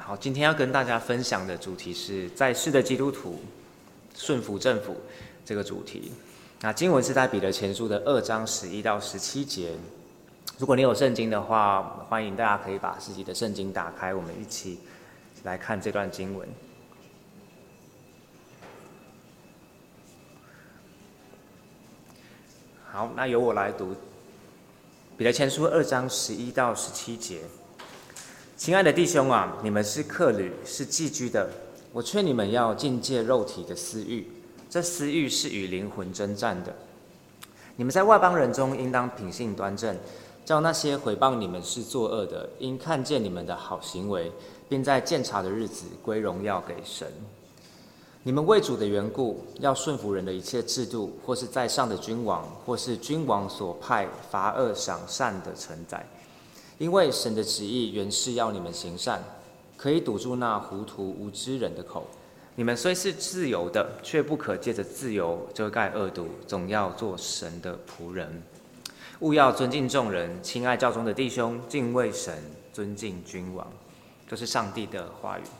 好，今天要跟大家分享的主题是在世的基督徒顺服政府这个主题。那经文是在彼得前书的2章11到17节。如果你有圣经的话，欢迎大家可以把自己的圣经打开，我们一起来看这段经文。好，那由我来读彼得前书2章11到17节。亲爱的弟兄啊，你们是客旅，是寄居的。我劝你们要禁戒肉体的私欲，这私欲是与灵魂征战的。你们在外邦人中应当品性端正，叫那些毁谤你们是作恶的，因看见你们的好行为，并在鉴察的日子归荣耀给神。你们为主的缘故，要顺服人的一切制度，或是在上的君王，或是君王所派罚恶赏善的臣宰。因为神的旨意原是要你们行善，可以堵住那糊涂无知人的口。你们虽是自由的，却不可借着自由遮盖恶毒，总要做神的仆人。务要尊敬众人，亲爱教中的弟兄，敬畏神，尊敬君王。这是上帝的话语。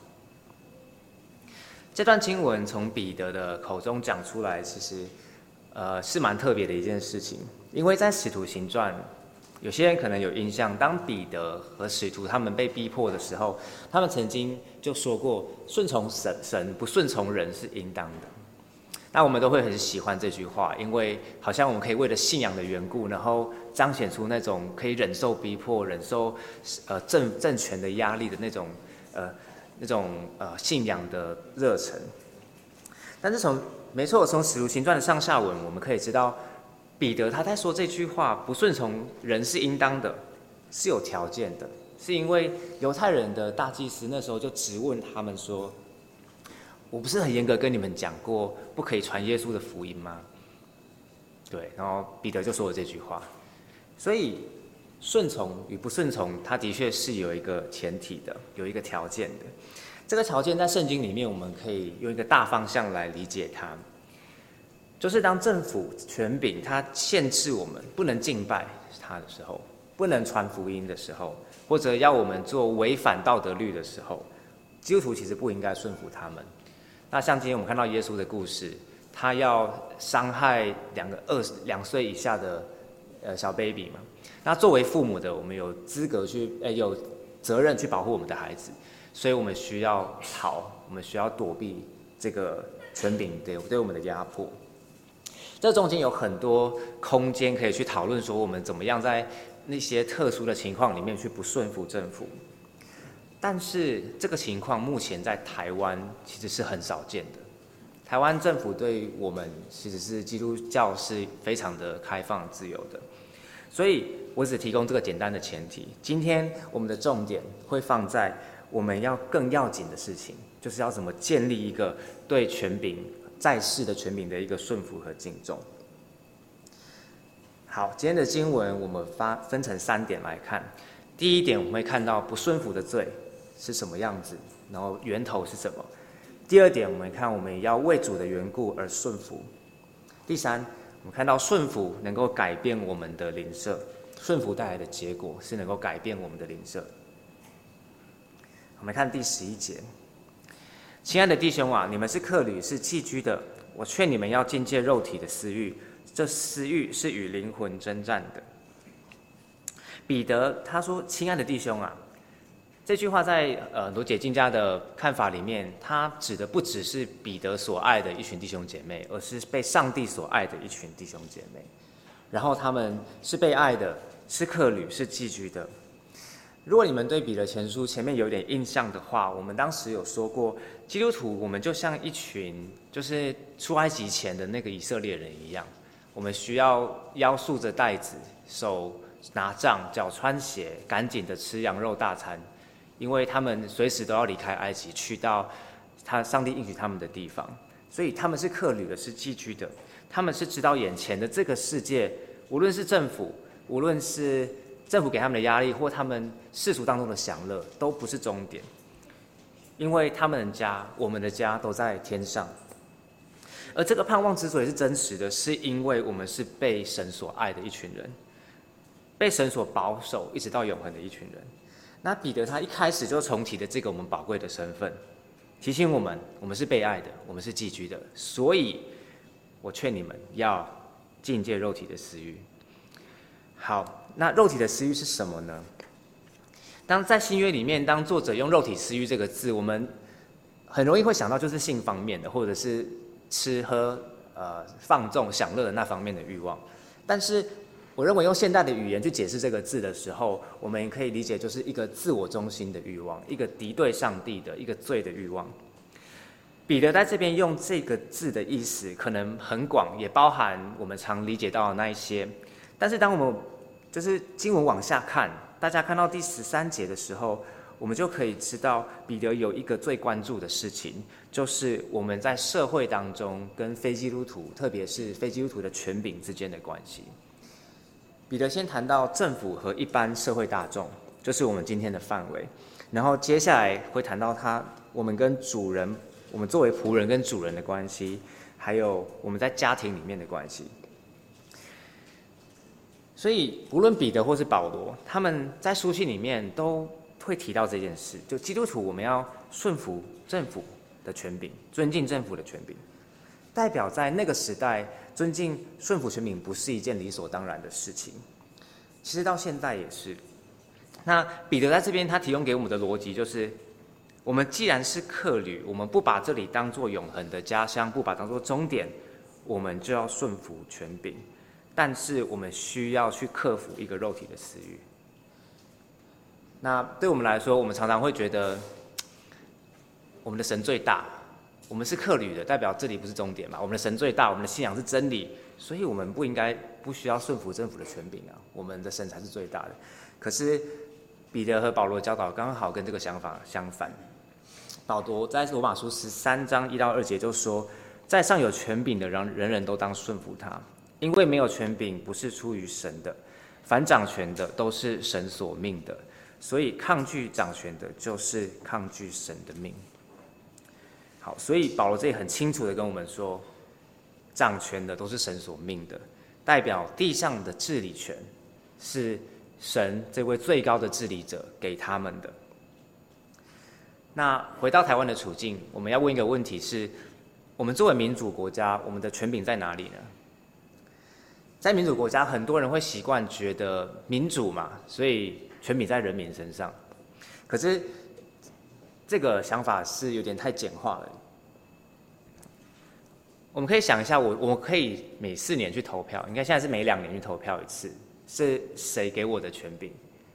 这段经文从彼得的口中讲出来，其实是蛮特别的一件事情，因为在使徒行传，有些人可能有印象，当彼得和使徒他们被逼迫的时候，他们曾经就说过，顺从神不顺从人是应当的。那我们都会很喜欢这句话，因为好像我们可以为了信仰的缘故，然后彰显出那种可以忍受逼迫、忍受政权的压力的那种信仰的热忱。但是没错，从使徒行传的上下文，我们可以知道，彼得他在说这句话，不顺从人是应当的，是有条件的，是因为犹太人的大祭司那时候就质问他们说，我不是很严格跟你们讲过不可以传耶稣的福音吗？对，然后彼得就说了这句话。所以顺从与不顺从，它的确是有一个前提的，有一个条件的。这个条件在圣经里面，我们可以用一个大方向来理解它，就是当政府权柄它限制我们不能敬拜它的时候，不能传福音的时候，或者要我们做违反道德律的时候，基督徒其实不应该顺服他们。那像今天我们看到耶稣的故事，他要伤害2岁以下的小 baby 嘛，那作为父母的，我们有资格有责任去保护我们的孩子，所以我们需要我们需要躲避这个权柄对我们的压迫。这中间有很多空间可以去讨论，说我们怎么样在那些特殊的情况里面去不顺服政府。但是这个情况目前在台湾其实是很少见的。台湾政府对我们其实是基督教是非常的开放自由的，所以我只提供这个简单的前提。今天我们的重点会放在我们更要紧的事情，就是要怎么建立一个对权柄在世的权柄的一个顺服和敬重。好，今天的经文我们分成3点来看。第一点，我们会看到不顺服的罪是什么样子，然后源头是什么。第2点，我们看我们要为主的缘故而顺服。第3，我们看到顺服能够改变我们的灵舍，顺服带来的结果是能够改变我们的灵舍。我们看第11节，亲爱的弟兄啊，你们是客旅，是寄居的。我劝你们要禁戒肉体的私欲，这私欲是与灵魂征战的。彼得他说：“亲爱的弟兄啊。”这句话在很多解经家的看法里面，它指的不只是彼得所爱的一群弟兄姐妹，而是被上帝所爱的一群弟兄姐妹。然后他们是被爱的，是客旅，是寄居的。如果你们对彼得前书前面有点印象的话，我们当时有说过，基督徒我们就像一群就是出埃及前的那个以色列人一样，我们需要腰束着带子，手拿杖，脚穿鞋，赶紧的吃羊肉大餐，因为他们随时都要离开埃及，去到上帝应许他们的地方。所以他们是客旅的，是寄居的，他们是知道眼前的这个世界，无论是政府，无论是政府给他们的压力，或他们世俗当中的享乐，都不是终点，因为他们的家，我们的家都在天上。而这个盼望之所以是真实的，是因为我们是被神所爱的一群人，被神所保守一直到永恒的一群人。 那彼得他一开始就重提的这个我们宝贵的身份，提醒我们，我们是被爱的，我们是寄居的，所以我劝你们要禁戒肉体的私欲。好，那肉体的私欲是什么呢？当在新约里面，当作者用肉体私欲这个字，我们很容易会想到就是性方面的，或者是吃喝、放纵、享乐的那方面的欲望。但是我认为用现代的语言去解释这个字的时候，我们也可以理解就是一个自我中心的欲望，一个敌对上帝的一个罪的欲望。彼得在这边用这个字的意思可能很广，也包含我们常理解到的那一些。但是当我们就是经文往下看，大家看到第13节的时候，我们就可以知道彼得有一个最关注的事情，就是我们在社会当中跟非基督徒，特别是非基督徒的权柄之间的关系。彼得先谈到政府和一般社会大众，就是我们今天的范围，然后接下来会谈到我们跟主人，我们作为仆人跟主人的关系，还有我们在家庭里面的关系。所以无论彼得或是保罗，他们在书信里面都会提到这件事，就基督徒我们要顺服政府的权柄，尊敬政府的权柄，代表在那个时代尊敬顺服权柄不是一件理所当然的事情。其实到现在也是。那彼得在这边他提供给我们的逻辑就是，我们既然是客旅，我们不把这里当作永恒的家乡，不把它当作终点，我们就要顺服权柄。但是我们需要去克服一个肉体的私欲。那对我们来说，我们常常会觉得我们的神最大，我们是客旅的，代表这里不是终点嘛。我们的神最大，我们的信仰是真理，所以我们不需要顺服政府的权柄啊，我们的神才是最大的。可是彼得和保罗的教导刚好跟这个想法相反。保罗在罗马书13章1到2节就说，在上有权柄的人人都当顺服他，因为没有权柄不是出于神的，凡掌权的都是神所命的，所以抗拒掌权的就是抗拒神的命。好，所以保罗这里很清楚的跟我们说，掌权的都是神所命的，代表地上的治理权是神这位最高的治理者给他们的。那回到台湾的处境，我们要问一个问题是，我们作为民主国家，我们的权柄在哪里呢？在民主国家，很多人会习惯觉得民主嘛，所以权柄在人民身上。可是这个想法是有点太简化了。我们可以想一下，我们可以每4年去投票，应该现在是每2年去投票一次，是谁给我的权柄？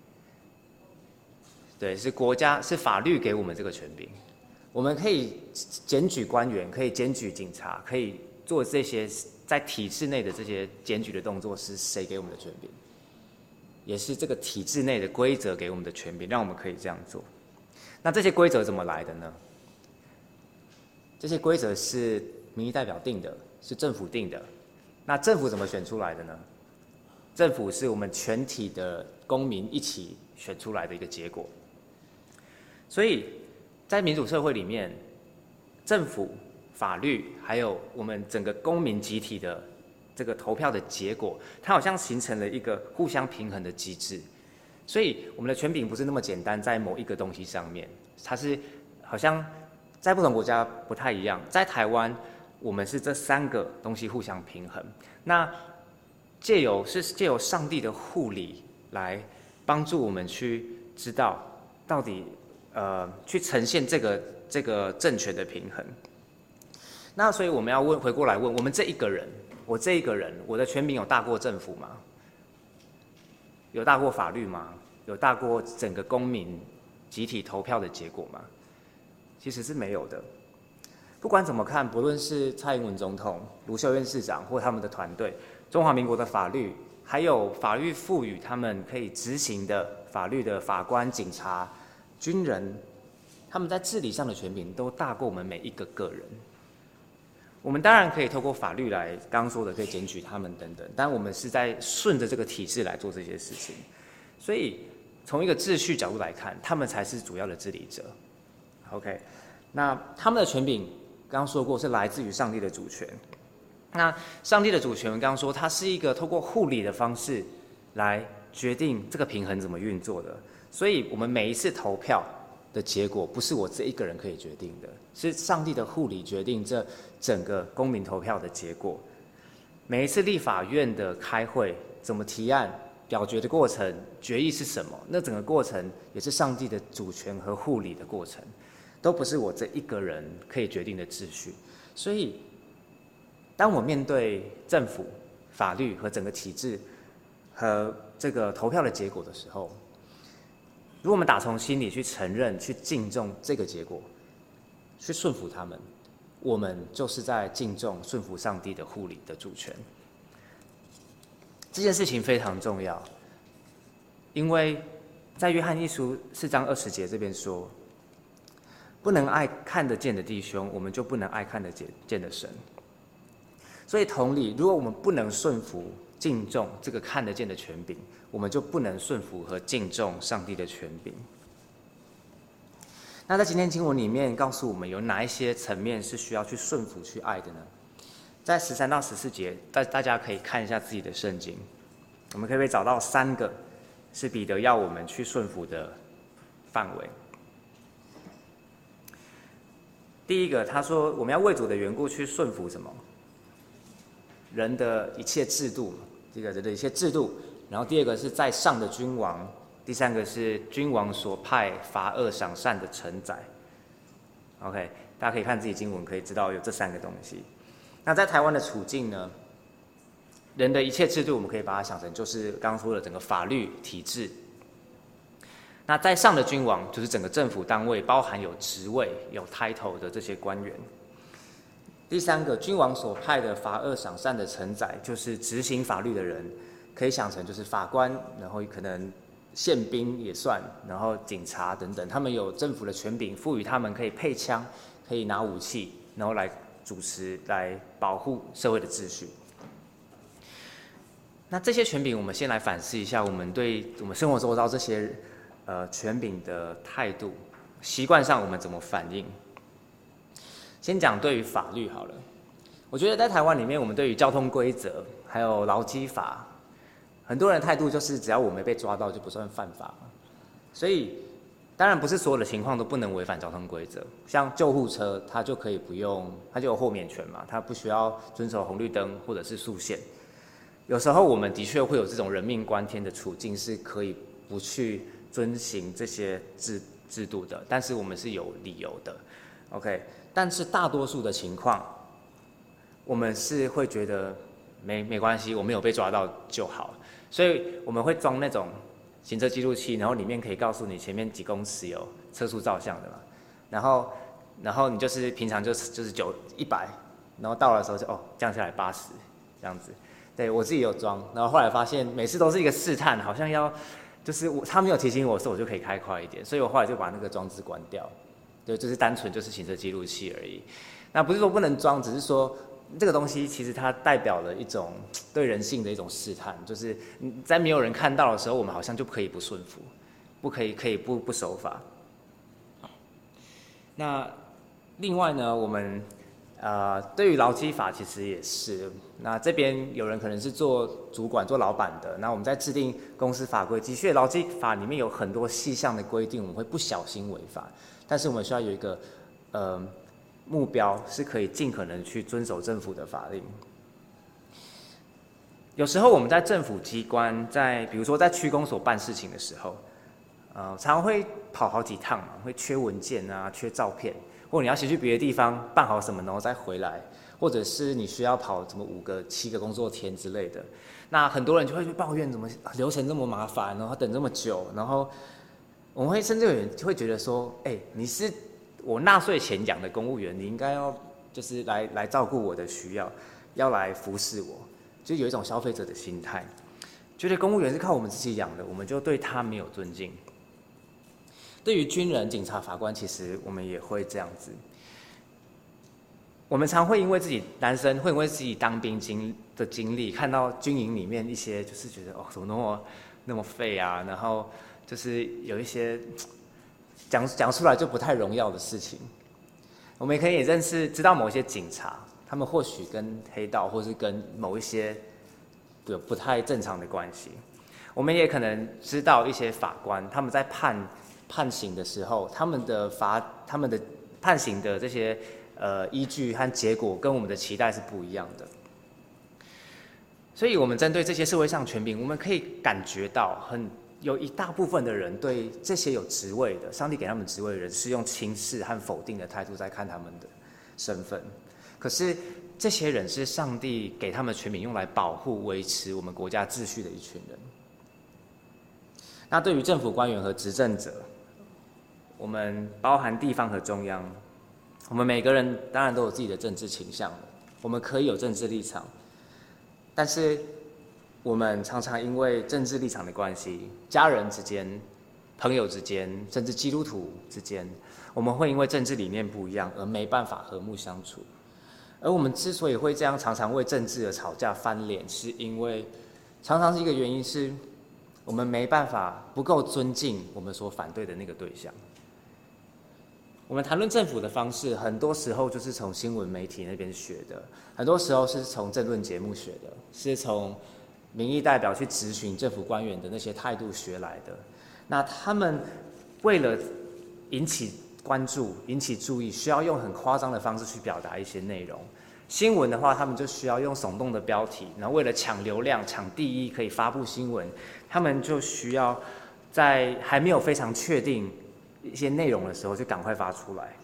对，是国家，是法律给我们这个权柄。我们可以检举官员，可以检举警察，可以做这些在体制内的这些检举的动作，是谁给我们的权柄？也是这个体制内的规则给我们的权柄，让我们可以这样做。那这些规则怎么来的呢？这些规则是民意代表定的，是政府定的。那政府怎么选出来的呢？政府是我们全体的公民一起选出来的一个结果。所以在民主社会里面，政府、法律还有我们整个公民集体的这个投票的结果，它好像形成了一个互相平衡的机制。所以我们的权柄不是那么简单在某一个东西上面，它是好像在不同国家不太一样。在台湾，我们是这3个东西互相平衡。那借由上帝的护理来帮助我们去知道到底去呈现这个政权的平衡。那所以我们要回过来问，我们这一个人，我的权柄有大过政府吗？有大过法律吗？有大过整个公民集体投票的结果吗？其实是没有的。不管怎么看，不论是蔡英文总统、卢秀燕市长或他们的团队，中华民国的法律，还有法律赋予他们可以执行的法律的法官、警察、军人，他们在治理上的权柄都大过我们每一个个人。我们当然可以透过法律来，刚刚说的可以检举他们等等，但我们是在顺着这个体制来做这些事情。所以从一个秩序角度来看，他们才是主要的治理者。OK， 那他们的权柄刚刚说过是来自于上帝的主权。那上帝的主权，我刚刚说它是一个透过护理的方式来决定这个平衡怎么运作的。 所以我们每一次投票的结果不是我这一个人可以决定的，是上帝的护理决定这整个公民投票的结果。每一次立法院的开会，怎么提案、表决的过程、决议是什么，那整个过程也是上帝的主权和护理的过程，都不是我这一个人可以决定的秩序。所以当我面对政府、法律和整个体制和这个投票的结果的时候，如果我们打从心里去承认、去敬重这个结果，去顺服他们，我们就是在敬重、顺服上帝的护理的主权。这件事情非常重要，因为在约翰一书4章20节这边说，不能爱看得见的弟兄，我们就不能爱看得见的神。所以同理，如果我们不能顺服、敬重这个看得见的权柄，我们就不能顺服和敬重上帝的权柄。那在今天经文里面告诉我们有哪一些层面是需要去顺服、去爱的呢？在13到14节，大家可以看一下自己的圣经，我们可不可以找到3个是彼得要我们去顺服的范围？第一个，他说我们要为主的缘故去顺服什么？人的一切制度，这个人的一切制度。然后第二个是在上的君王，第三个是君王所派罚恶赏善的臣宰。OK， 大家可以看自己经文，可以知道有这3个东西。那在台湾的处境呢？人的一切制度，我们可以把它想成就是刚刚说的整个法律体制。那在上的君王就是整个政府单位，包含有职位、有 title 的这些官员。第三个，君王所派的罚恶赏善的臣宰，就是执行法律的人，可以想成就是法官，然后可能宪兵也算，然后警察等等，他们有政府的权柄，赋予他们可以配枪，可以拿武器，然后来主持、来保护社会的秩序。那这些权柄，我们先来反思一下，我们对我们生活周遭这些权柄的态度、习惯上，我们怎么反应？先讲对于法律好了，我觉得在台湾里面，我们对于交通规则还有劳基法，很多人的态度就是只要我没被抓到就不算犯法，所以当然不是所有的情况都不能违反交通规则，像救护车它就可以不用，它就有豁免权嘛，它不需要遵守红绿灯或者是速限。有时候我们的确会有这种人命关天的处境，是可以不去遵行这些制度的，但是我们是有理由的 ，OK。但是大多数的情况，我们是会觉得没关系，我没有被抓到就好，所以我们会装那种行车记录器，然后里面可以告诉你前面几公尺有测速照相的嘛，然后你就是平常就是100，然后到了的时候就降下来80这样子。对，我自己有装，然后后来发现每次都是一个试探，好像要就是他没有提醒我的时候，我就可以开快一点，所以我后来就把那个装置关掉。对，就是单纯就是行车记录器而已。那不是说不能装，只是说这个东西其实它代表了一种对人性的一种试探，就是在没有人看到的时候，我们好像就可以不顺服，可以不守法。那另外呢，我们对于劳基法其实也是，那这边有人可能是做主管、做老板的，那我们在制定公司法规，的确劳基法里面有很多细项的规定，我们会不小心违法，但是我们需要有一个目标，是可以尽可能去遵守政府的法令。有时候我们在政府机关，比如说在区公所办事情的时候，常常会跑好几趟嘛，会缺文件啊，缺照片。或者你要先去别的地方办好什么，然后再回来，或者是你需要跑什么5个、7个工作天之类的，那很多人就会去抱怨怎么流程这么麻烦，然后等这么久，然后我们会甚至有人会觉得说，你是我纳税钱养的公务员，你应该要就是来照顾我的需要，要来服侍我，就有一种消费者的心态，觉得公务员是靠我们自己养的，我们就对他没有尊敬。对于军人、警察、法官，其实我们也会这样子。我们常会因为自己男生会因为自己当兵的经历，看到军营里面一些就是觉得怎么那么废啊，然后就是有一些讲出来就不太荣耀的事情。我们也可以知道某一些警察，他们或许跟黑道或是跟某一些有不太正常的关系。 我们也可能知道一些法官他们在判刑的时候，他们的判刑的这些依据和结果跟我们的期待是不一样的。所以我们针对这些社会上权柄，我们可以感觉到有一大部分的人对这些有职位的上帝给他们职位的人是用轻视和否定的态度在看他们的身份。可是这些人是上帝给他们权柄用来保护维持我们国家秩序的一群人。那对于政府官员和执政者，我们包含地方和中央，我们每个人当然都有自己的政治倾向，我们可以有政治立场，但是我们常常因为政治立场的关系，家人之间、朋友之间，甚至基督徒之间，我们会因为政治理念不一样而没办法和睦相处。而我们之所以会这样常常为政治而吵架翻脸，是因为常常是一个原因是我们没办法不够尊敬我们所反对的那个对象。我们谈论政府的方式，很多时候就是从新闻媒体那边学的，很多时候是从政论节目学的，是从民意代表去质询政府官员的那些态度学来的。那他们为了引起关注、引起注意，需要用很夸张的方式去表达一些内容。新闻的话，他们就需要用耸动的标题，然后为了抢流量、抢第一，可以发布新闻，他们就需要在还没有非常确定一些内容的时候，就赶快发出来。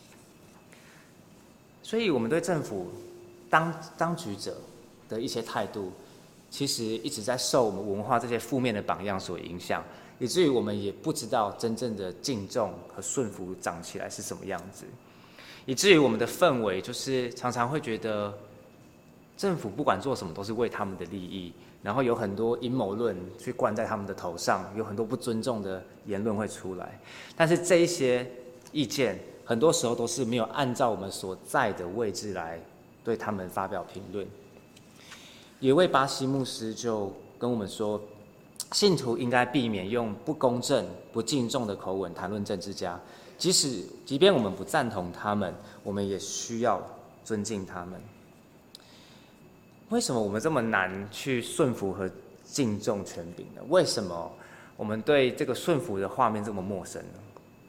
所以，我们对政府当局者的一些态度，其实一直在受我们文化这些负面的榜样所影响，以至于我们也不知道真正的敬重和顺服长起来是什么样子。以至于我们的氛围就是常常会觉得政府不管做什么都是为他们的利益，然后有很多阴谋论去灌在他们的头上，有很多不尊重的言论会出来。但是这一些意见很多时候都是没有按照我们所在的位置来对他们发表评论。有一位巴西牧师就跟我们说，信徒应该避免用不公正、不敬重的口吻谈论政治家，即便我们不赞同他们，我们也需要尊敬他们。为什么我们这么难去顺服和敬重权柄呢？为什么我们对这个顺服的画面这么陌生呢？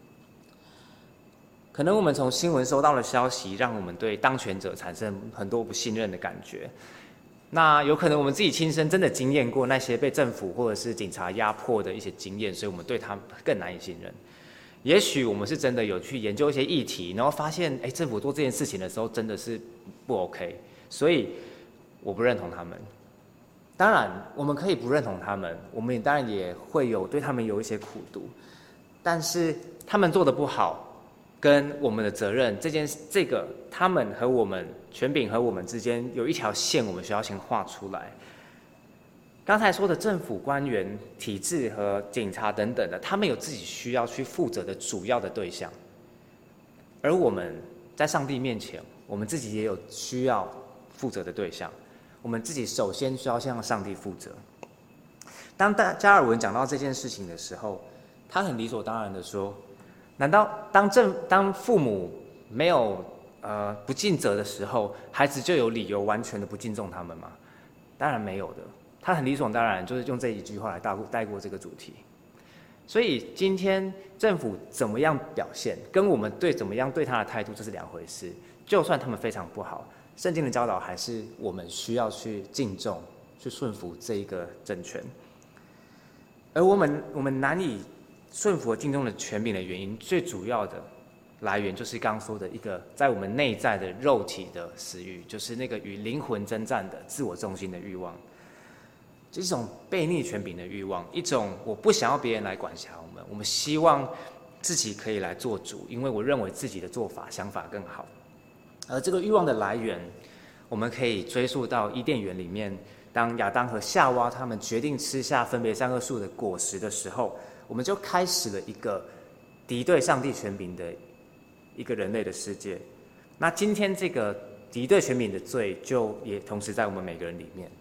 可能我们从新闻收到的消息，让我们对当权者产生很多不信任的感觉。那有可能我们自己亲身真的经验过那些被政府或者是警察压迫的一些经验，所以我们对他们更难以信任。也许我们是真的有去研究一些议题，然后发现，政府做这件事情的时候真的是不 OK， 所以我不认同他们。当然，我们可以不认同他们，我们当然也会对他们有一些苦毒，但是他们做的不好，跟我们的责任这个他们和我们权柄和我们之间有一条线，我们需要先画出来。刚才说的政府官员、体制和警察等等的，他们有自己需要去负责的主要的对象，而我们在上帝面前，我们自己也有需要负责的对象。我们自己首先需要向上帝负责。当加尔文讲到这件事情的时候，他很理所当然的说：难道当父母没有不尽责的时候，孩子就有理由完全的不敬重他们吗？当然没有的。他很理所当然就是用这一句话来带过这个主题。所以今天政府怎么样表现，跟我们怎么样对他的态度，这是两回事。就算他们非常不好，圣经的教导还是我们需要去敬重、去顺服这一个政权。而我们难以顺服和敬重的权柄的原因，最主要的来源就是刚刚说的一个在我们内在的肉体的私欲，就是那个与灵魂征战的自我中心的欲望。这是一种悖逆权柄的欲望，一种我不想要别人来管辖我们希望自己可以来做主，因为我认为自己的做法、想法更好。而这个欲望的来源，我们可以追溯到伊甸园里面，当亚当和夏娃他们决定吃下分别善恶树的果实的时候，我们就开始了一个敌对上帝权柄的一个人类的世界。那今天这个敌对权柄的罪，就也同时在我们每个人里面。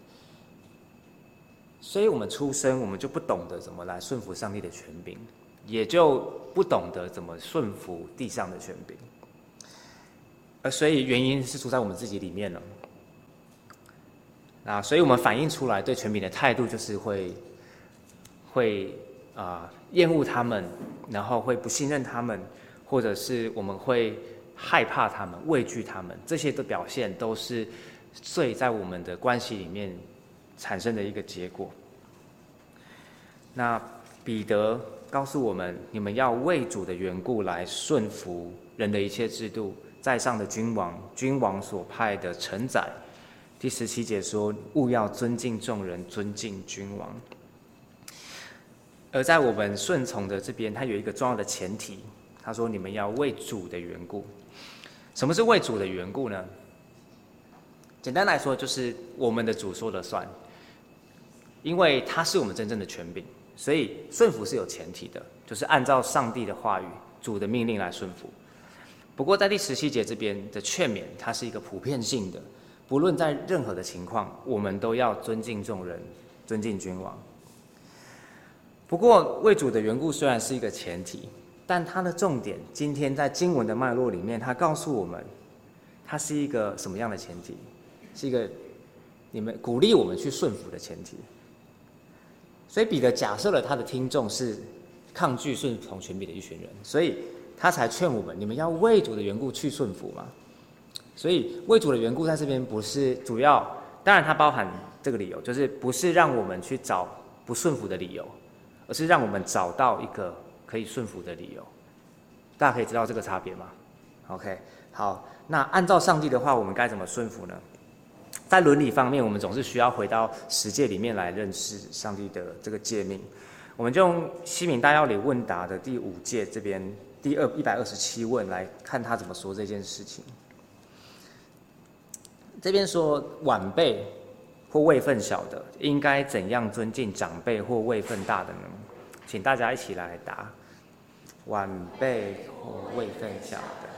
所以我们出生，我们就不懂得怎么来顺服上帝的权柄，也就不懂得怎么顺服地上的权柄。所以原因是出在我们自己里面了。那所以我们反映出来对权柄的态度，就是会会厌恶他们，然后会不信任他们，或者是我们会害怕他们、畏惧他们，这些的表现都是罪在我们的关系里面产生的一个结果。那彼得告诉我们，你们要为主的缘故来顺服人的一切制度，在上的君王所派的承载。第17节说，务要尊敬众人，尊敬君王。而在我们顺从的这边，它有一个重要的前提，他说你们要为主的缘故。什么是为主的缘故呢？简单来说，就是我们的主说了算，因为他是我们真正的权柄，所以顺服是有前提的，就是按照上帝的话语、主的命令来顺服。不过在第17节这边的劝勉，它是一个普遍性的，不论在任何的情况，我们都要尊敬众人，尊敬君王。不过为主的缘故虽然是一个前提，但它的重点，今天在经文的脉络里面，它告诉我们，它是一个什么样的前提？是一个你们鼓励我们去顺服的前提。所以彼得假设了他的听众是抗拒顺从权柄的一群人，所以他才劝我们，你们要为主的缘故去顺服嘛。所以为主的缘故在这边不是主要，当然它包含这个理由，就是不是让我们去找不顺服的理由，而是让我们找到一个可以顺服的理由。大家可以知道这个差别吗 ？OK， 好，那按照上帝的话，我们该怎么顺服呢？在伦理方面，我们总是需要回到十诫里面来认识上帝的这个诫命。我们就用西敏大要理问答的第5诫这边第127问来看他怎么说这件事情。这边说晚辈或位分小的，应该怎样尊敬长辈或位分大的呢？请大家一起来答。晚辈或位分小的。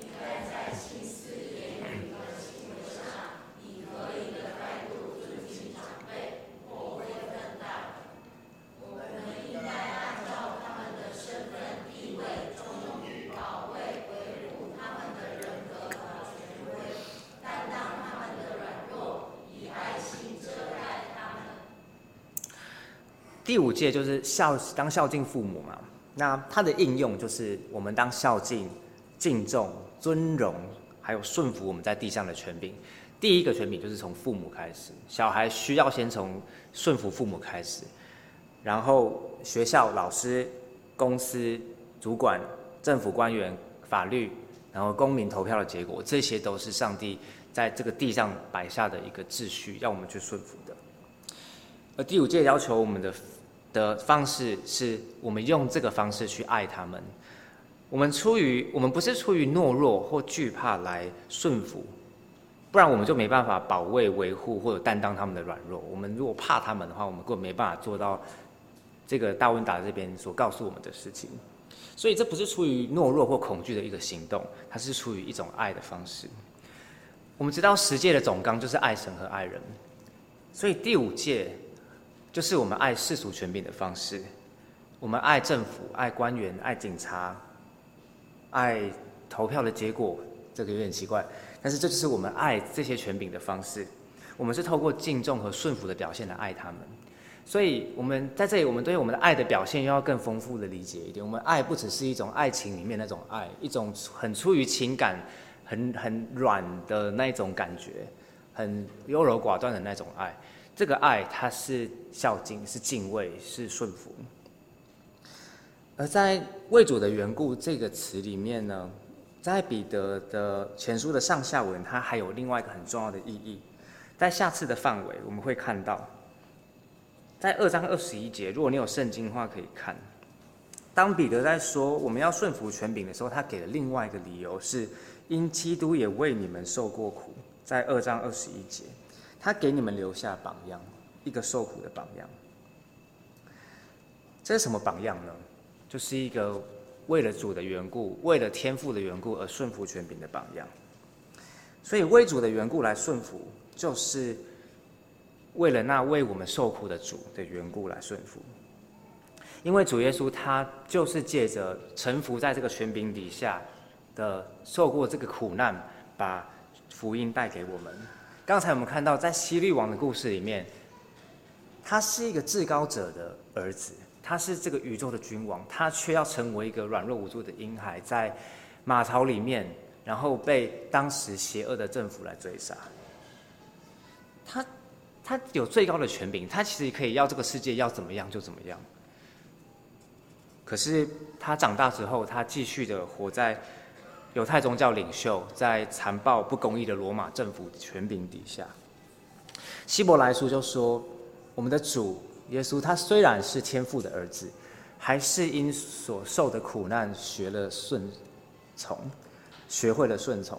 第5诫就是当孝敬父母嘛，那它的应用就是我们当孝敬、敬重、尊荣，还有顺服我们在地上的权柄。第一个权柄就是从父母开始，小孩需要先从顺服父母开始，然后学校、老师、公司、主管、政府官员、法律，然后公民投票的结果，这些都是上帝在这个地上摆下的一个秩序，要我们去顺服的。而第5诫要求我们的方式是，我们用这个方式去爱他们。我们不是出于懦弱或惧怕来顺服，不然我们就没办法保卫、维护或者担当他们的软弱。我们如果怕他们的话，我们根本没办法做到这个大温达这边所告诉我们的事情。所以这不是出于懦弱或恐惧的一个行动，它是出于一种爱的方式。我们知道10诫的总纲就是爱神和爱人，所以第5诫就是我们爱世俗权柄的方式。我们爱政府、爱官员、爱警察、爱投票的结果，这个有点奇怪，但是这就是我们爱这些权柄的方式。我们是透过敬重和顺服的表现来爱他们。所以我们在这里，我们对我们的爱的表现又要更丰富的理解一点。我们爱不只是一种爱情里面那种爱，一种很出于情感、很软的那种感觉，很优柔寡断的那种爱。这个爱，它是孝敬，是敬畏，是顺服。而在为主的缘故这个词里面呢，在彼得的前书的上下文，它还有另外一个很重要的意义。在下次的范围，我们会看到，在2章21节，如果你有圣经的话可以看。当彼得在说我们要顺服权柄的时候，他给了另外一个理由，是因基督也为你们受过苦。在2章21节。他给你们留下榜样，一个受苦的榜样。这是什么榜样呢？就是一个为了主的缘故，为了天父的缘故而顺服权柄的榜样。所以为主的缘故来顺服，就是为了那为我们受苦的主的缘故来顺服。因为主耶稣他就是借着臣服在这个权柄底下的受过这个苦难，把福音带给我们。刚才我们看到，在希律王的故事里面，他是一个至高者的儿子， 他是这个宇宙的君王，他却要成为一个软弱无助的婴孩，在马槽里面，然后被当时邪恶的政府来追杀。他有最高的权柄，他其实可以要这个世界要怎么样就怎么样。可是他长大之后，他继续的活在犹太宗教领袖在残暴不公义的罗马政府权柄底下。希伯来书就说，我们的主耶稣，他虽然是天父的儿子，还是因所受的苦难学会了顺从。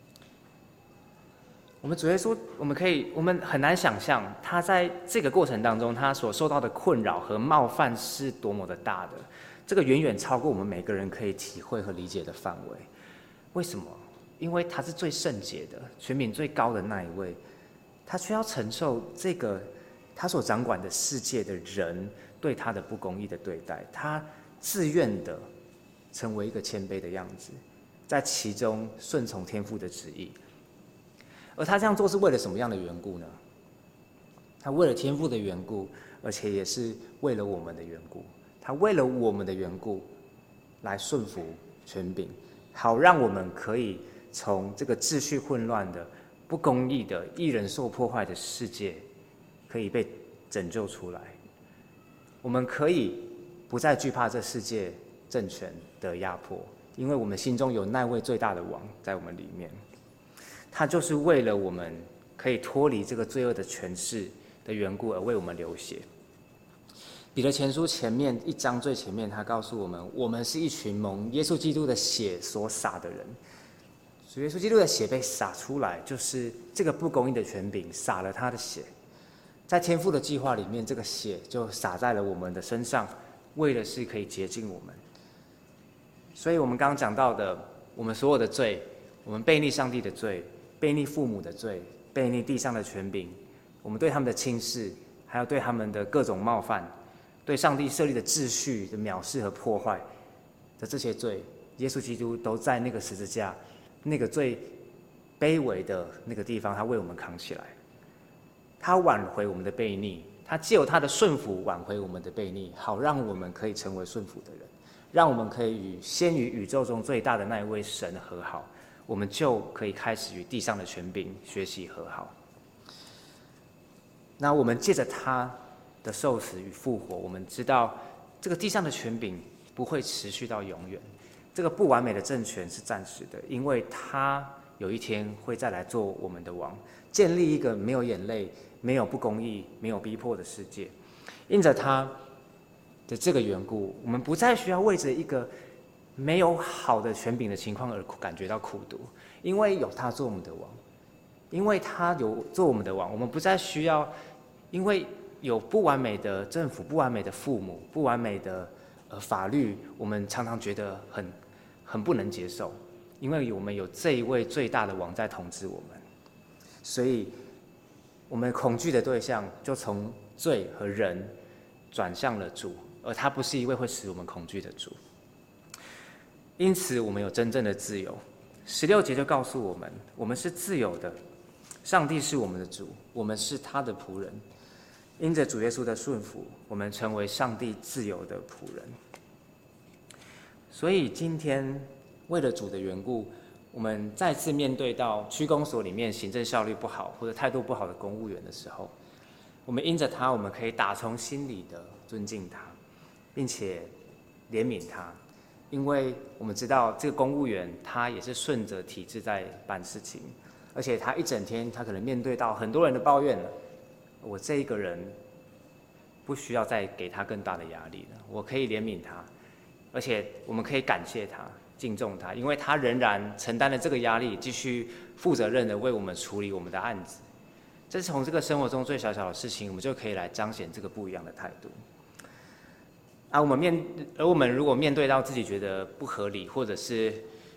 我们主耶稣，我们很难想象他在这个过程当中，他所受到的困扰和冒犯是多么的大的。这个远远超过我们每个人可以体会和理解的范围。为什么？因为他是最圣洁的、权柄最高的那一位，他却要承受这个他所掌管的世界的人对他的不公义的对待。他自愿的成为一个谦卑的样子，在其中顺从天父的旨意。而他这样做是为了什么样的缘故呢？他为了天父的缘故，而且也是为了我们的缘故。他为了我们的缘故来顺服权柄，好让我们可以从这个秩序混乱的、不公义的、义人受破坏的世界，可以被拯救出来。我们可以不再惧怕这世界政权的压迫，因为我们心中有那位最大的王在我们里面。他就是为了我们可以脱离这个罪恶的权势的缘故而为我们流血。彼得前书前面1章最前面，他告诉我们，我们是一群蒙耶稣基督的血所洒的人。主耶稣基督的血被洒出来，就是这个不公义的权柄洒了他的血。在天父的计划里面，这个血就洒在了我们的身上，为的是可以洁净我们。所以我们刚刚讲到的，我们所有的罪，我们悖逆上帝的罪，悖逆父母的罪，悖逆地上的权柄，我们对他们的轻视，还有对他们的各种冒犯，对上帝设立的秩序的藐视和破坏的这些罪，耶稣基督都在那个十字架那个最卑微的那个地方，他为我们扛起来。他挽回我们的悖逆，他藉由他的顺服挽回我们的悖逆，好让我们可以成为顺服的人，让我们可以先与宇宙中最大的那一位神和好，我们就可以开始与地上的权柄学习和好。那我们借着他的受死与复活，我们知道这个地上的权柄不会持续到永远，这个不完美的政权是暂时的，因为他有一天会再来做我们的王，建立一个没有眼泪、没有不公义、没有逼迫的世界。因着他的这个缘故，我们不再需要为着一个没有好的权柄的情况而感觉到苦毒，因为有他做我们的王，因为他有做我们的王，我们不再需要因为有不完美的政府、不完美的父母、不完美的法律，我们常常觉得很不能接受，因为我们有这一位最大的王在统治我们，所以我们恐惧的对象就从罪和人转向了主，而他不是一位会使我们恐惧的主。因此我们有真正的自由。16节就告诉我们，我们是自由的，上帝是我们的主，我们是他的仆人。因着主耶稣的顺服，我们成为上帝自由的仆人。所以今天为了主的缘故，我们再次面对到区公所里面行政效率不好或者态度不好的公务员的时候，我们因着他，我们可以打从心里的尊敬他，并且怜悯他，因为我们知道这个公务员他也是顺着体制在办事情，而且他一整天他可能面对到很多人的抱怨了，我这一个人不需要再给他更大的压力了，我可以怜悯他，而且我们可以感谢他、敬重他，因为他仍然承担了这个压力，继续负责任的为我们处理我们的案子。这是从这个生活中最小小的事情，我们就可以来彰显这个不一样的态度。我们如果面对到自己觉得不合理，或者是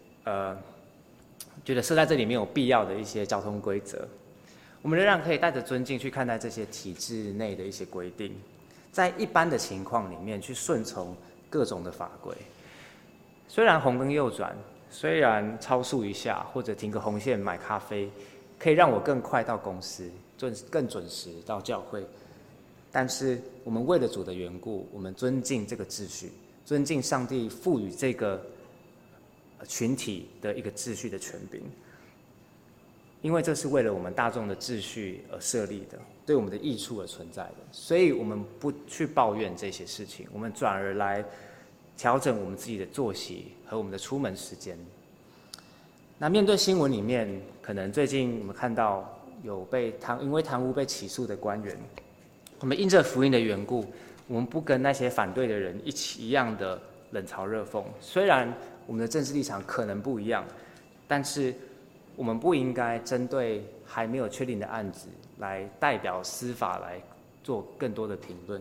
觉得设在这里没有必要的一些交通规则，我们仍然可以带着尊敬去看待这些体制内的一些规定，在一般的情况里面去顺从各种的法规。虽然红灯右转，虽然超速一下，或者停个红线买咖啡，可以让我更快到公司，更准时到教会， 但是我们为了主的缘故，我们尊敬这个秩序，尊敬上帝赋予这个群体的一个秩序的权柄，因为这是为了我们大众的秩序而设立的，对我们的益处而存在的，所以我们不去抱怨这些事情，我们转而来调整我们自己的作息和我们的出门时间。那面对新闻里面，可能最近我们看到有因为贪污被起诉的官员，我们因着福音的缘故，我们不跟那些反对的人一样的冷嘲热讽。虽然我们的政治立场可能不一样，但是我们不应该针对还没有确定的案子来代表司法来做更多的评论，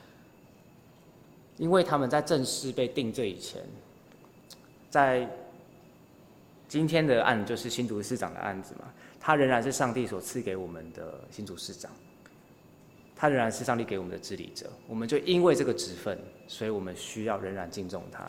因为他们在正式被定罪以前，在今天的案就是新竹市长的案子嘛，他仍然是上帝所赐给我们的新竹市长，他仍然是上帝给我们的治理者，我们就因为这个职分，所以我们需要仍然敬重他。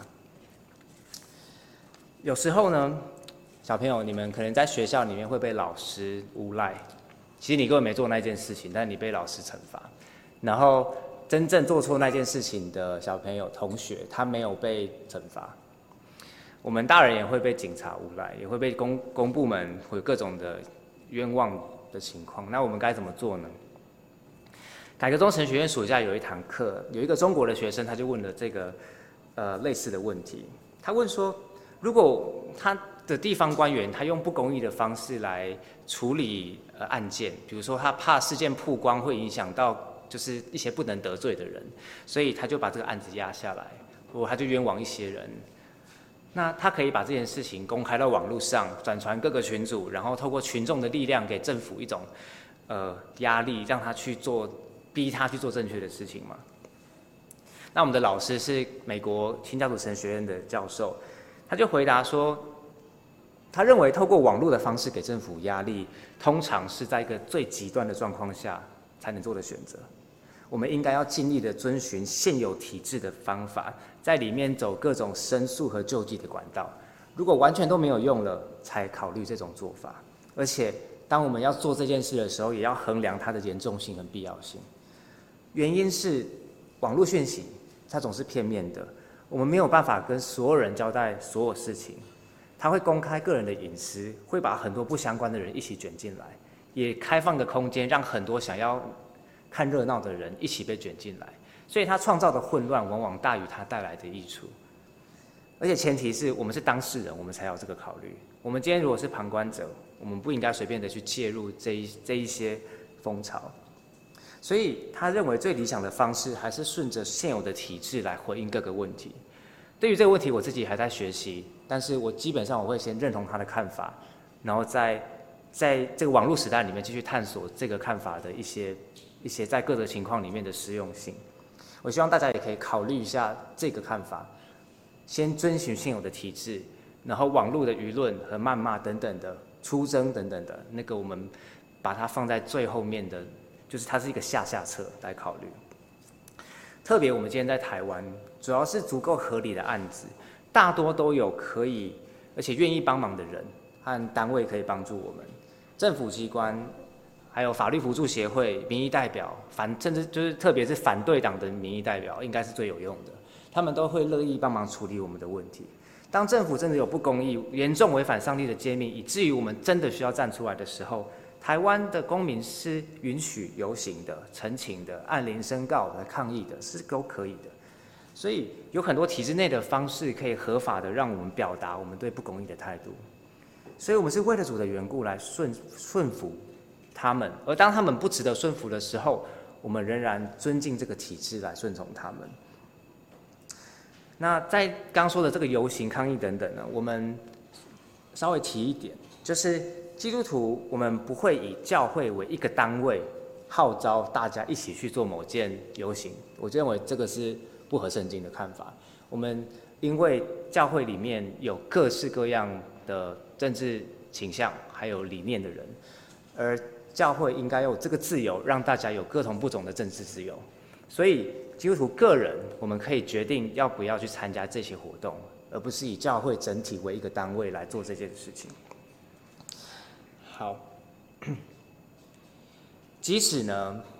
有时候呢，小朋友，你们可能在学校里面会被老师诬赖，其实你根本没做那件事情，但你被老师惩罚。然后真正做错那件事情的小朋友、同学，他没有被惩罚。我们大人也会被警察诬赖，也会被公部门会有各种的冤枉的情况。那我们该怎么做呢？改革中神学院暑假有一堂课，有一个中国的学生，他就问了这个类似的问题。他问说，如果他的地方官员他用不公义的方式来处理案件，比如说他怕事件曝光会影响到就是一些不能得罪的人，所以他就把这个案子压下来，或他就冤枉一些人。那他可以把这件事情公开到网络上，转传各个群组，然后透过群众的力量给政府一种压力，让他去逼他去做正确的事情吗？那我们的老师是美国新教徒神学院的教授，他就回答说，他认为透过网络的方式给政府压力，通常是在一个最极端的状况下才能做的选择。我们应该要尽力的遵循现有体制的方法，在里面走各种申诉和救济的管道。如果完全都没有用了，才考虑这种做法。而且，当我们要做这件事的时候，也要衡量它的严重性和必要性。原因是网络讯息它总是片面的，我们没有办法跟所有人交代所有事情。它会公开个人的隐私，会把很多不相关的人一起卷进来，也开放个空间，让很多想要看热闹的人一起被卷进来，所以他创造的混乱往往大于他带来的益处。而且前提是我们是当事人，我们才有这个考虑。我们今天如果是旁观者，我们不应该随便的去介入这一些风潮。所以他认为最理想的方式还是顺着现有的体制来回应各个问题。对于这个问题，我自己还在学习，但是我基本上我会先认同他的看法，然后在这个网络时代里面继续探索这个看法的一些在各个情况里面的实用性。我希望大家也可以考虑一下这个看法，先遵循现有的体制，然后网络的舆论和谩骂等等的出征等等的那个，我们把它放在最后面的，就是它是一个下策来考虑。特别我们今天在台湾，主要是足够合理的案子，大多都有可以而且愿意帮忙的人和单位可以帮助我们，政府机关。还有法律辅助协会、民意代表，甚至就是特别是反对党的民意代表，应该是最有用的。他们都会乐意帮忙处理我们的问题。当政府真的有不公义、严重违反上帝的诫命，以至于我们真的需要站出来的时候，台湾的公民是允许游行的、陈情的、按铃申告的、抗议的，是都可以的。所以有很多体制内的方式可以合法的让我们表达我们对不公义的态度。所以我们是为了主的缘故来顺服他们，而当他们不值得顺服的时候，我们仍然尊敬这个体制来顺从他们。那在刚说的这个游行抗议等等呢，我们稍微提一点，就是基督徒我们不会以教会为一个单位号召大家一起去做某件游行，我认为这个是不合圣经的看法。我们因为教会里面有各式各样的政治倾向还有理念的人，而教会应该有这个自由，让大家有各种不同的政治自由。所以基督徒个人，我们可以决定要不要去参加这些活动，而不是以教会整体为一个单位来做这件事情。好，即使呢，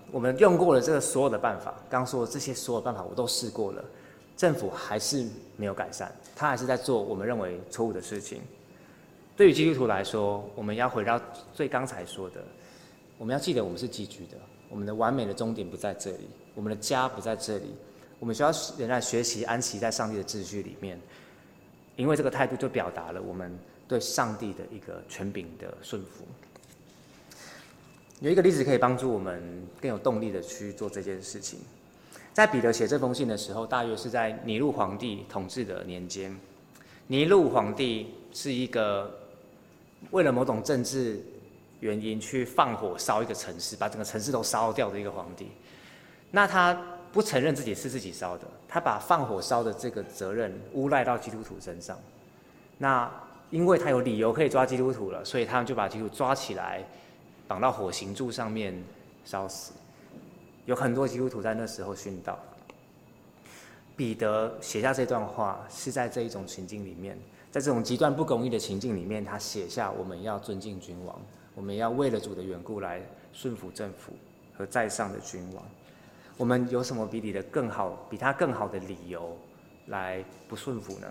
我们用过了这个所有的办法，刚说这些所有办法我都试过了，政府还是没有改善，他还是在做我们认为错误的事情。对于基督徒来说，我们要回到最刚才说的，我们要记得我们是寄居的，我们的完美的终点不在这里，我们的家不在这里，我们需要仍然学习安息在上帝的秩序里面，因为这个态度就表达了我们对上帝的一个权柄的顺服。有一个例子可以帮助我们更有动力的去做这件事情。在彼得写这封信的时候，大约是在尼禄皇帝统治的年间。尼禄皇帝是一个为了某种政治原因去放火烧一个城市，把整个城市都烧掉的一个皇帝。那他不承认自己是自己烧的，他把放火烧的这个责任诬赖到基督徒身上。那因为他有理由可以抓基督徒了，所以他们就把基督徒抓起来，绑到火刑柱上面烧死。有很多基督徒在那时候殉道。彼得写下这段话是在这一种情境里面，在这种极端不公义的情境里面，他写下我们要尊敬君王，我们要为了主的缘故来顺服政府和在上的君王。我们有什么比他更好的理由来不顺服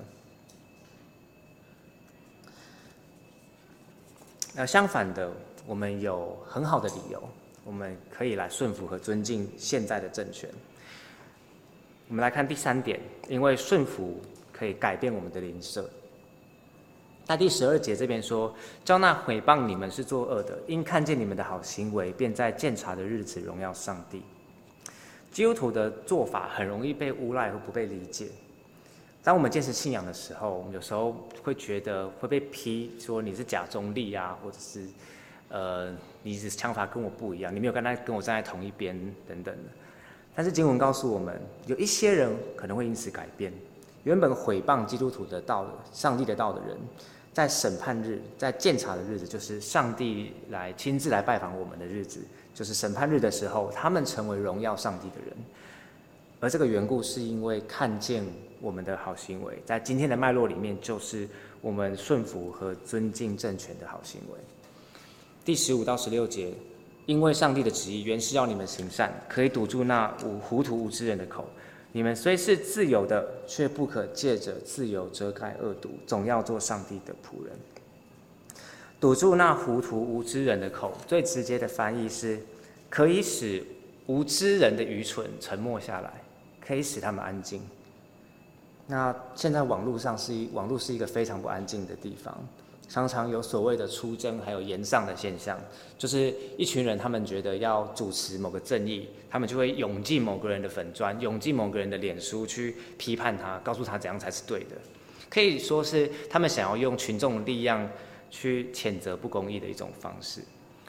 呢？相反的，我们有很好的理由，我们可以来顺服和尊敬现在的政权。我们来看第3点，因为顺服可以改变我们的邻舍。在第12节这边说，叫那毁谤你们是作恶的，因看见你们的好行为，便在鉴察的日子荣耀上帝。基督徒的做法很容易被诬赖和不被理解。当我们坚持信仰的时候，我们有时候会觉得会被批说你是假中立啊，或者是你的想法跟我不一样，你没有跟我站在同一边等等的。但是经文告诉我们，有一些人可能会因此改变。原本毁谤基督徒的道、上帝的道的人，在审判日、在鉴察的日子，就是上帝来亲自来拜访我们的日子，就是审判日的时候，他们成为荣耀上帝的人。而这个缘故是因为看见我们的好行为，在今天的脉络里面，就是我们顺服和尊敬政权的好行为。第15到16节，因为上帝的旨意原是要你们行善，可以堵住那糊涂无知人的口。你们虽是自由的，却不可借着自由遮盖恶毒，总要做上帝的仆人。堵住那糊涂无知人的口，最直接的翻译是可以使无知人的愚蠢沉默下来，可以使他们安静。那现在网络是一个非常不安静的地方，常常有所谓的出征还有延上的现象，就是一群人他们觉得要主持某个正义，他们就会涌进某个人的粉专，涌进某个人的脸书去批判他，告诉他怎样才是对的。可以说是他们想要用群众的力量去谴责不公义的一种方式。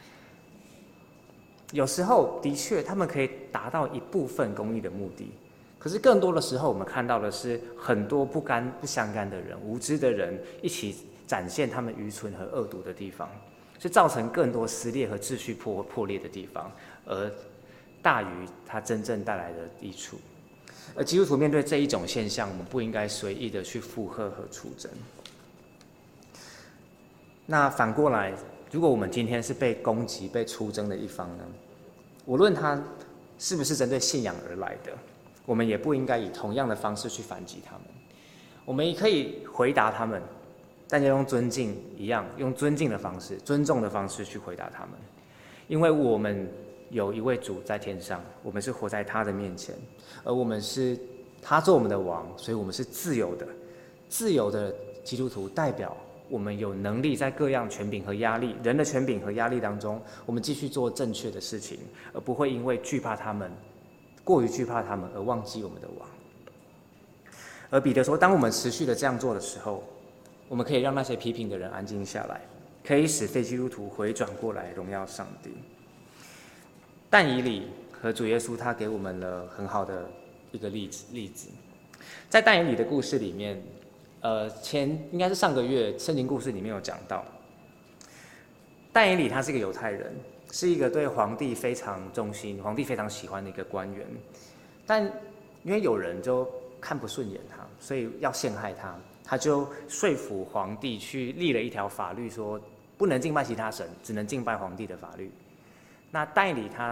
有时候的确他们可以达到一部分公义的目的，可是更多的时候我们看到的是很多不相干的人、无知的人一起展现他们愚蠢和恶毒的地方，是造成更多撕裂和秩序破裂的地方，而大于它真正带来的益处。而基督徒面对这一种现象，我们不应该随意的去附和和出征。那反过来，如果我们今天是被攻击、被出征的一方呢？无论他是不是针对信仰而来的，我们也不应该以同样的方式去反击他们。我们也可以回答他们，但要用尊敬一样，用尊敬的方式、尊重的方式去回答他们，因为我们有一位主在天上，我们是活在他的面前，而我们是他做我们的王，所以我们是自由的。自由的基督徒代表我们有能力在各样权柄和压力、人的权柄和压力当中，我们继续做正确的事情，而不会因为过于惧怕他们而忘记我们的王。而彼得说，当我们持续的这样做的时候，我们可以让那些批评的人安静下来，可以使非基督徒回转过来荣耀上帝。但以理和主耶稣他给我们了很好的一个例子。在但以理的故事里面，应该是上个月圣经故事里面有讲到，但以理他是一个犹太人，是一个对皇帝非常忠心、皇帝非常喜欢的一个官员，但因为有人就看不顺眼他，所以要陷害他，他就说服皇帝去立了一条法律，说不能敬拜其他神，只能敬拜皇帝的法律。那但以理他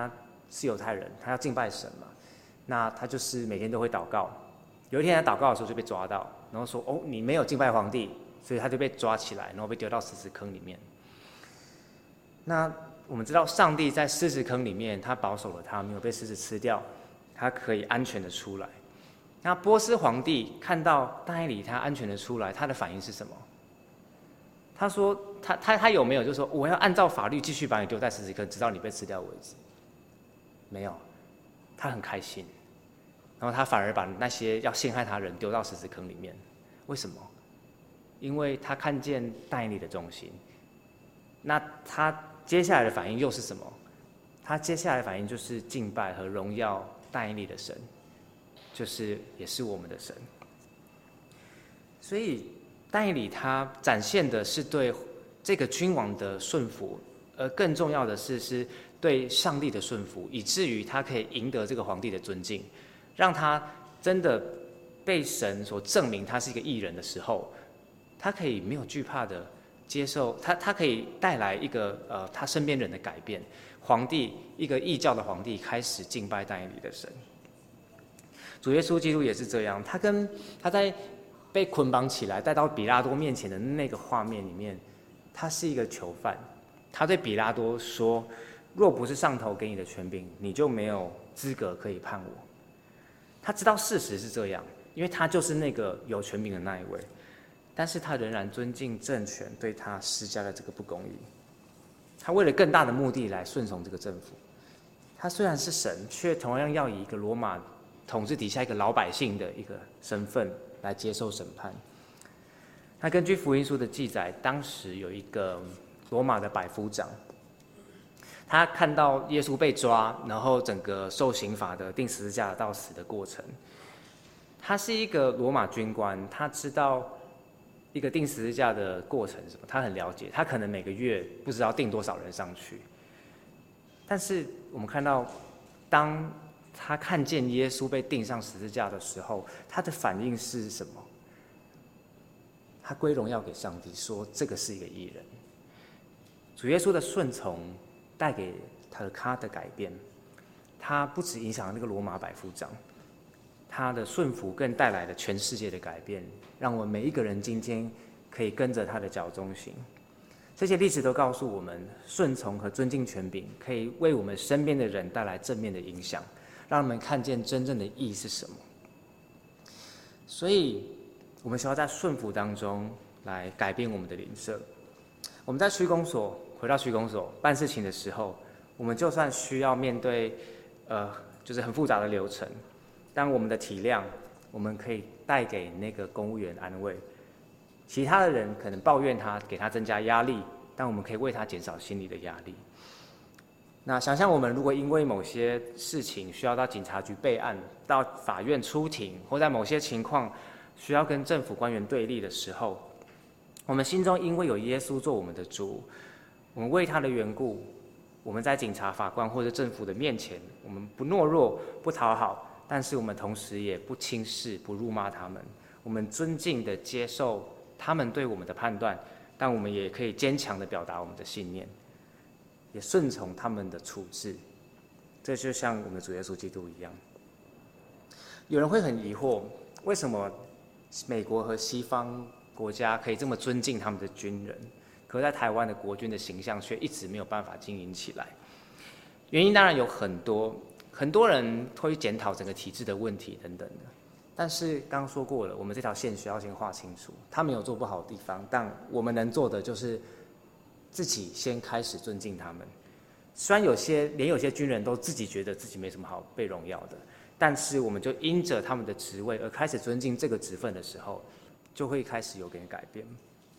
是犹太人，他要敬拜神嘛，那他就是每天都会祷告。有一天他祷告的时候就被抓到，然后说：“哦，你没有敬拜皇帝。”所以他就被抓起来，然后被丢到狮子坑里面。那我们知道，上帝在狮子坑里面，他保守了他，没有被狮子吃掉，他可以安全的出来。那波斯皇帝看到但以理他安全的出来，他的反应是什么？他说：“他有没有就说我要按照法律继续把你丢在狮子坑，直到你被吃掉为止？”没有，他很开心，然后他反而把那些要陷害他人丢到狮子坑里面。为什么？因为他看见但以理的忠心。那他接下来的反应又是什么？他接下来的反应就是敬拜和荣耀但以理的神，就是也是我们的神。所以但以理他展现的是对这个君王的顺服，而更重要的是对上帝的顺服，以至于他可以赢得这个皇帝的尊敬，让他真的被神所证明他是一个义人的时候，他可以没有惧怕的接受，他可以带来一个他身边人的改变。皇帝，一个异教的皇帝开始敬拜但以理的神。主耶稣基督也是这样，他在被捆绑起来带到比拉多面前的那个画面里面，他是一个囚犯，他对比拉多说：“若不是上头给你的权柄，你就没有资格可以判我。”他知道事实是这样，因为他就是那个有权柄的那一位。但是他仍然尊敬政权对他施加的这个不公义，他为了更大的目的来顺从这个政府。他虽然是神，却同样要以一个罗马统治底下一个老百姓的一个身份来接受审判。那根据福音书的记载，当时有一个罗马的百夫长，他看到耶稣被抓，然后整个受刑罚的钉十字架到死的过程。他是一个罗马军官，他知道一个钉十字架的过程是什么，他很了解，他可能每个月不知道钉多少人上去。但是我们看到，当他看见耶稣被钉上十字架的时候，他的反应是什么？他归荣耀给上帝，说这个是一个义人。主耶稣的顺从带给他的改变，他不只影响了那个罗马百夫长，他的顺服更带来了全世界的改变，让我们每一个人今天可以跟着他的脚中行。这些例子都告诉我们，顺从和尊敬权柄可以为我们身边的人带来正面的影响，让他们看见真正的义是什么。所以我们需要在顺服当中来改变我们的邻舍。我们在区公所，回到区公所办事情的时候，我们就算需要面对就是很复杂的流程，但我们的体谅，我们可以带给那个公务员安慰。其他的人可能抱怨他，给他增加压力，但我们可以为他减少心理的压力。那想象我们如果因为某些事情需要到警察局备案，到法院出庭，或在某些情况需要跟政府官员对立的时候，我们心中因为有耶稣做我们的主，我们为他的缘故，我们在警察、法官或者政府的面前，我们不懦弱、不讨好，但是我们同时也不轻视、不辱骂他们，我们尊敬地接受他们对我们的判断，但我们也可以坚强地表达我们的信念，也顺从他们的处置。这就像我们的主耶稣基督一样。有人会很疑惑，为什么美国和西方国家可以这么尊敬他们的军人，可在台湾的国军的形象却一直没有办法经营起来？原因当然有很多，很多人会检讨整个体制的问题等等的。但是刚刚说过了，我们这条线需要先画清楚，他们有做不好的地方，但我们能做的就是自己先开始尊敬他们。虽然连有些军人都自己觉得自己没什么好被荣耀的，但是我们就因着他们的职位而开始尊敬这个职分的时候，就会开始有点改变。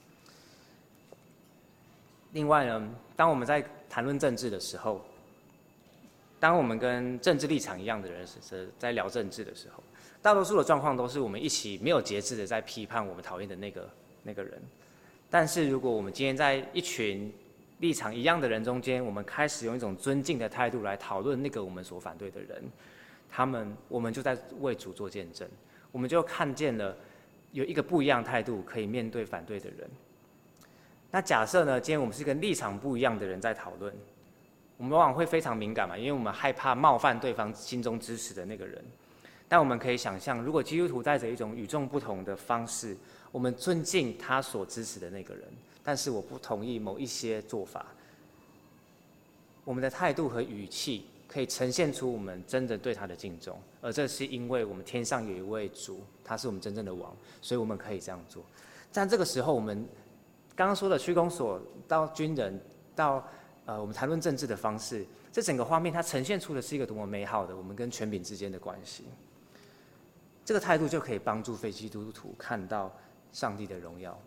另外呢，当我们在谈论政治的时候，当我们跟政治立场一样的人在聊政治的时候，大多数的状况都是我们一起没有节制的在批判我们讨厌的那个人。但是如果我们今天在一群立场一样的人中间，我们开始用一种尊敬的态度来讨论那个我们所反对的人，我们就在为主做见证，我们就看见了有一个不一样的态度可以面对反对的人。那假设呢，今天我们是跟立场不一样的人在讨论， 我们往往会非常敏感嘛，因为我们害怕冒犯对方心中支持的那个人。但我们可以想象，如果基督徒带着一种与众不同的方式，我们尊敬他所支持的那个人，但是我不同意某一些做法，我们的态度和语气可以呈现出我们真的对他的敬重，而这是因为我们天上有一位主，他是我们真正的王，所以我们可以这样做。但这个时候，我们刚刚说的区公所到军人到我们谈论政治的方式，这整个画面它呈现出的是一个多么美好的我们跟权柄之间的关系。这个态度就可以帮助非基督徒看到上帝的荣耀。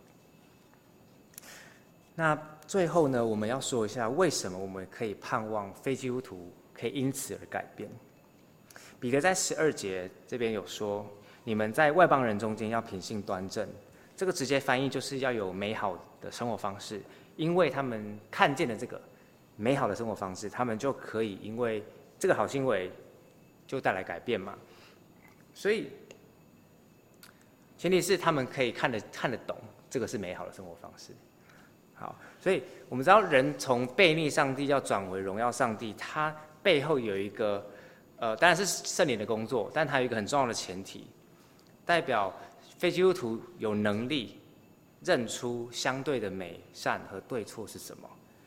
那最后呢，我们要说一下为什么我们可以盼望非基督徒可以因此而改变。彼得在12节这边有说，你们在外邦人中间要品性端正，这个直接翻译就是要有美好的生活方式，因为他们看见了这个美好的生活方式，他们就可以因为这个好行为就带来改变嘛。所以前提是他们可以看得懂这个是美好的生活方式。好，所以我们知道人从悖逆上帝要转为荣耀上帝，它背后有一个当然是圣灵的工作，但它有一个很重要的前提，代表非基督徒有能力认出相对的美善和对错是什么。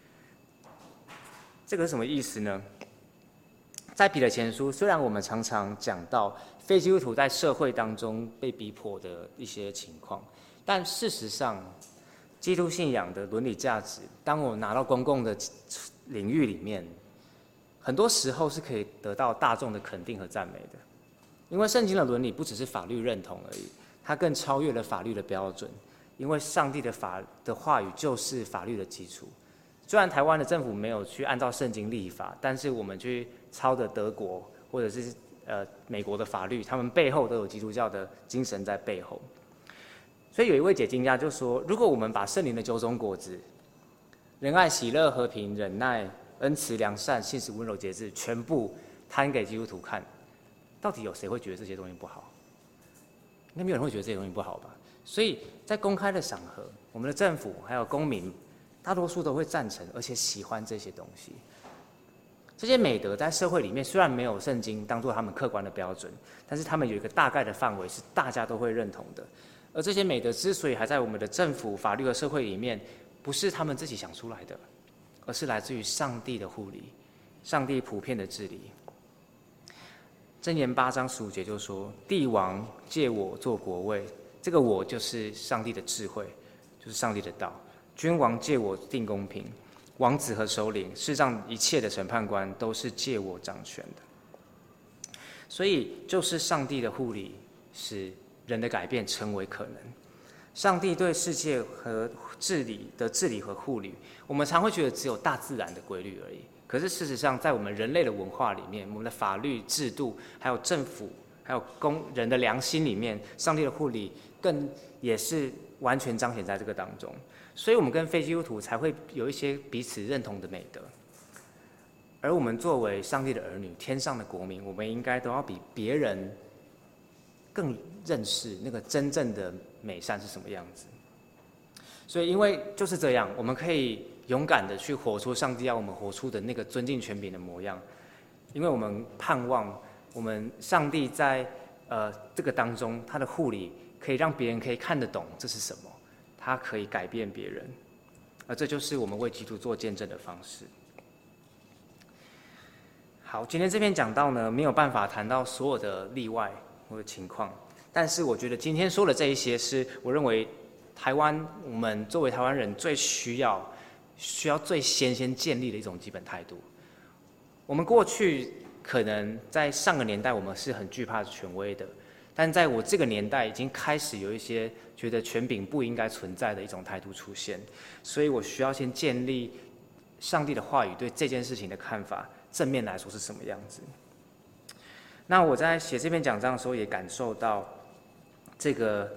这个是什么意思呢？在彼得前书，虽然我们常常讲到非基督徒在社会当中被逼迫的一些情况，但事实上，基督信仰的伦理价值，当我拿到公共的领域里面，很多时候是可以得到大众的肯定和赞美的。因为圣经的伦理不只是法律认同而已，它更超越了法律的标准。因为上帝的话语就是法律的基础。虽然台湾的政府没有去按照圣经立法，但是我们去抄的德国或者是美国的法律，他们背后都有基督教的精神在背后。所以有一位解经家就说，如果我们把圣灵的9种果子——仁爱、喜乐、和平、忍耐、恩慈、良善、信实、温柔、节制——全部摊给基督徒看，到底有谁会觉得这些东西不好？应该没有人会觉得这些东西不好吧？所以在公开的场合，我们的政府还有公民，大多数都会赞成，而且喜欢这些东西。这些美德在社会里面虽然没有圣经当作他们客观的标准，但是他们有一个大概的范围是大家都会认同的。而这些美德之所以还在我们的政府、法律和社会里面，不是他们自己想出来的，而是来自于上帝的护理，上帝普遍的治理。箴言8章15节就说：“帝王借我做国位，这个我就是上帝的智慧，就是上帝的道。君王借我定公平，王子和首领，世上一切的审判官都是借我掌权的。”所以，就是上帝的护理使人的改变成为可能。上帝对世界和治理和护理，我们常会觉得只有大自然的规律而已。可是事实上，在我们人类的文化里面，我们的法律制度，还有政府，还有人的良心里面，上帝的护理更也是完全彰显在这个当中。所以我们跟非基督徒才会有一些彼此认同的美德。而我们作为上帝的儿女，天上的国民，我们应该都要比别人更认识那个真正的美善是什么样子。所以因为就是这样，我们可以勇敢的去活出上帝要我们活出的那个尊敬权柄的模样。因为我们盼望我们上帝在这个当中，他的护理可以让别人可以看得懂这是什么，他可以改变别人，而这就是我们为基督做见证的方式。好，今天这篇讲到呢，没有办法谈到所有的例外或者情况，但是我觉得今天说的这一些，是我认为台湾我们作为台湾人最需要最先建立的一种基本态度。我们过去可能在上个年代我们是很惧怕权威的，但在我这个年代已经开始有一些觉得权柄不应该存在的一种态度出现，所以我需要先建立上帝的话语对这件事情的看法，正面来说是什么样子。那我在写这篇讲章的时候也感受到这个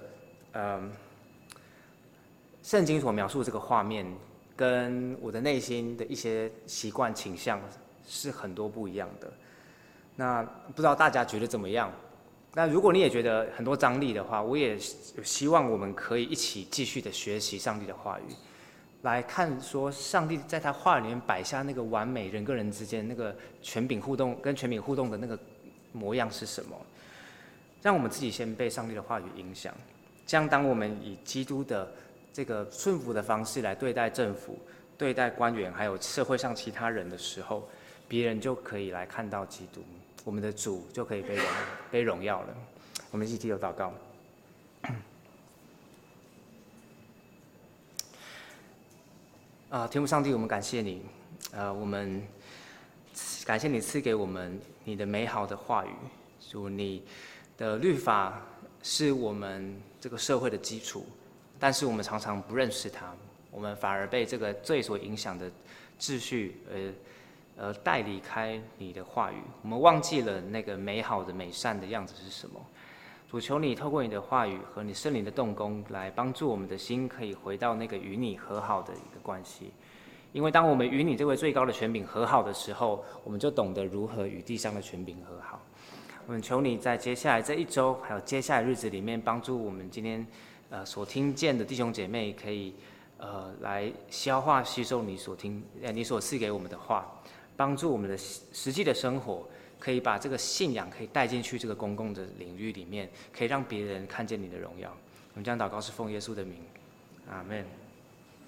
圣经所描述的这个画面跟我的内心的一些习惯倾向是很多不一样的。那不知道大家觉得怎么样？那如果你也觉得很多张力的话，我也希望我们可以一起继续的学习上帝的话语。 来看说上帝在他话里面摆下那个完美人跟人之间那个权柄互动跟权柄互动的那个模样是什么，让我们自己先被上帝的话语影响，这样当我们以基督的这个顺服的方式来对待政府、对待官员还有社会上其他人的时候，别人就可以来看到基督，我们的主就可以被荣耀了。我们一起低头祷告。天父上帝，我们感谢你，我们感谢你赐给我们你的美好的话语，主，你的律法是我们这个社会的基础，但是我们常常不认识它，我们反而被这个罪所影响的秩序带离开你的话语，我们忘记了那个美好的美善的样子是什么。主，求你透过你的话语和你圣灵的动工，来帮助我们的心可以回到那个与你和好的一个关系。因为当我们与你这位最高的权柄和好的时候，我们就懂得如何与地上的权柄和好。我们求你在接下来这一周，还有接下来日子里面，帮助我们今天所听见的弟兄姐妹，可以来消化吸收你所赐给我们的话，帮助我们的实际的生活。可以把这个信仰可以带进去这个公共的领域里面，可以让别人看见你的荣耀。我们这样祷告是奉耶稣的名，阿们。